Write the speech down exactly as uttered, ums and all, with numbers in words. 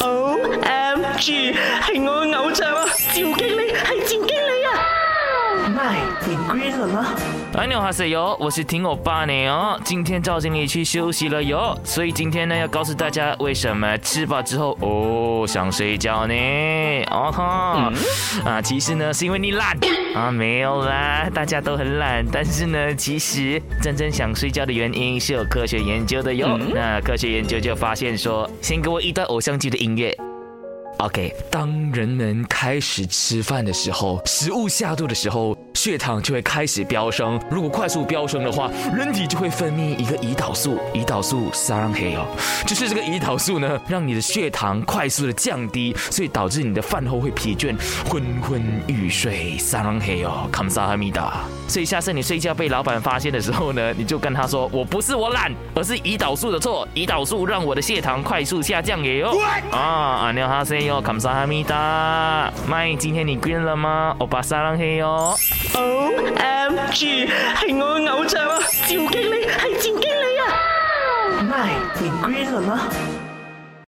O M G， 係我嘅偶像啊！趙經理係趙經理啊！ 咪，你 green 了嗎？ 哎，你好，是哟，我是听我爸呢哦。今天赵经理去休息了哟，所以今天呢要告诉大家为什么吃饱之后哦想睡觉呢？哦哈、嗯、啊，其实呢是因为你懒啊，没有啦，大家都很懒，但是呢，其实真正想睡觉的原因是有科学研究的哟。嗯、那科学研究就发现说，先给我一段偶像剧的音乐。OK， 当人们开始吃饭的时候，食物下肚的时候，血糖就会开始飙升。如果快速飙升的话，人体就会分泌一个胰岛素，胰岛素撒浪嘿哦，就是这个胰岛素呢，让你的血糖快速的降低，所以导致你的饭后会疲倦、昏昏欲睡。撒浪嘿哦，감사합니다。所以下次你睡觉被老板发现的时候呢，你就跟他说：“我不是我懒，而是胰岛素的错，胰岛素让我的血糖快速下降耶哟。”啊，안녕하세요。감사합니다。麦，今天你 green 了吗？欧巴撒浪嘿哟。 O M G， 係我嘅偶像啊！趙經理係趙經理啊！ 咪，你 green 了嗎？